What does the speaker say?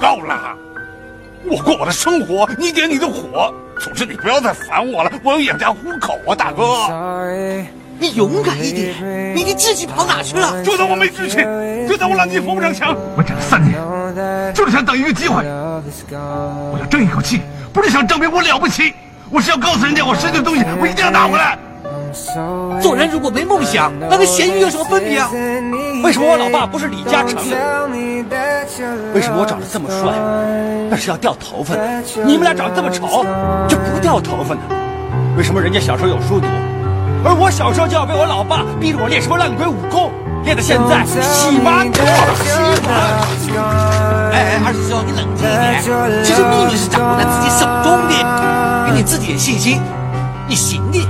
够了！我过我的生活，你点你的火。总之你不要再烦我了，我要养家糊口啊，大哥。 你勇敢一点，你的志气跑哪去了？ 就当我没志气，就当我懒得扶不上墙。我忍了3年，就是想等一个机会。我要争一口气，不是想证明我了不起，我是要告诉人家我失去的东西，我一定要拿回来。 做人如果没梦想，那跟咸鱼有什么分别啊？为什么我老爸不是李嘉诚呢？为什么我长得这么帅，但是要掉头发呢？你们俩长得这么丑，就不掉头发呢？为什么人家小时候有书读，而我小时候就要被我老爸逼着我练什么烂鬼武功，练到现在稀巴脱。哎，二师兄，你冷静一点。其实秘密是掌握在自己手中的，给你自己点信心，你行的。